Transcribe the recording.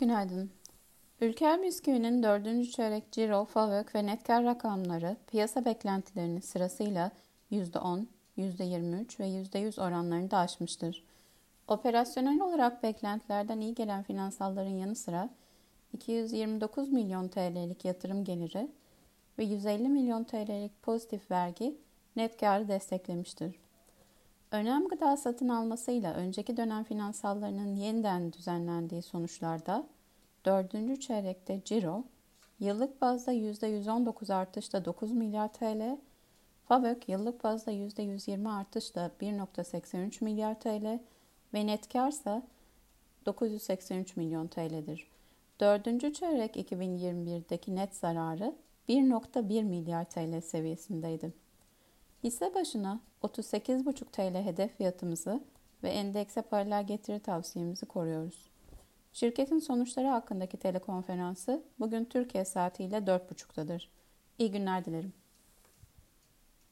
Günaydın. Ülker Bisküvi'nin 4. çeyrek ciro, FAVÖK ve net kar rakamları piyasa beklentilerini sırasıyla %10, %23 ve %100 oranlarını aşmıştır. Operasyonel olarak beklentilerden iyi gelen finansalların yanı sıra 229 milyon TL'lik yatırım geliri ve 150 milyon TL'lik pozitif vergi net karı desteklemiştir. Önem Gıda satın almasıyla önceki dönem finansallarının yeniden düzenlendiği sonuçlarda 4. çeyrekte ciro, yıllık bazda %119 artışla 9 milyar TL, FAVÖK yıllık bazda %120 artışla 1,83 milyar TL ve net kar ise 983 milyon TL'dir. 4. çeyrek 2021'deki net zararı 1,1 milyar TL seviyesindeydi. Hisse başına 38,5 TL hedef fiyatımızı ve endekse paralel getiri tavsiyemizi koruyoruz. Şirketin sonuçları hakkındaki telekonferansı bugün Türkiye saatiyle 4.30'dadır. İyi günler dilerim.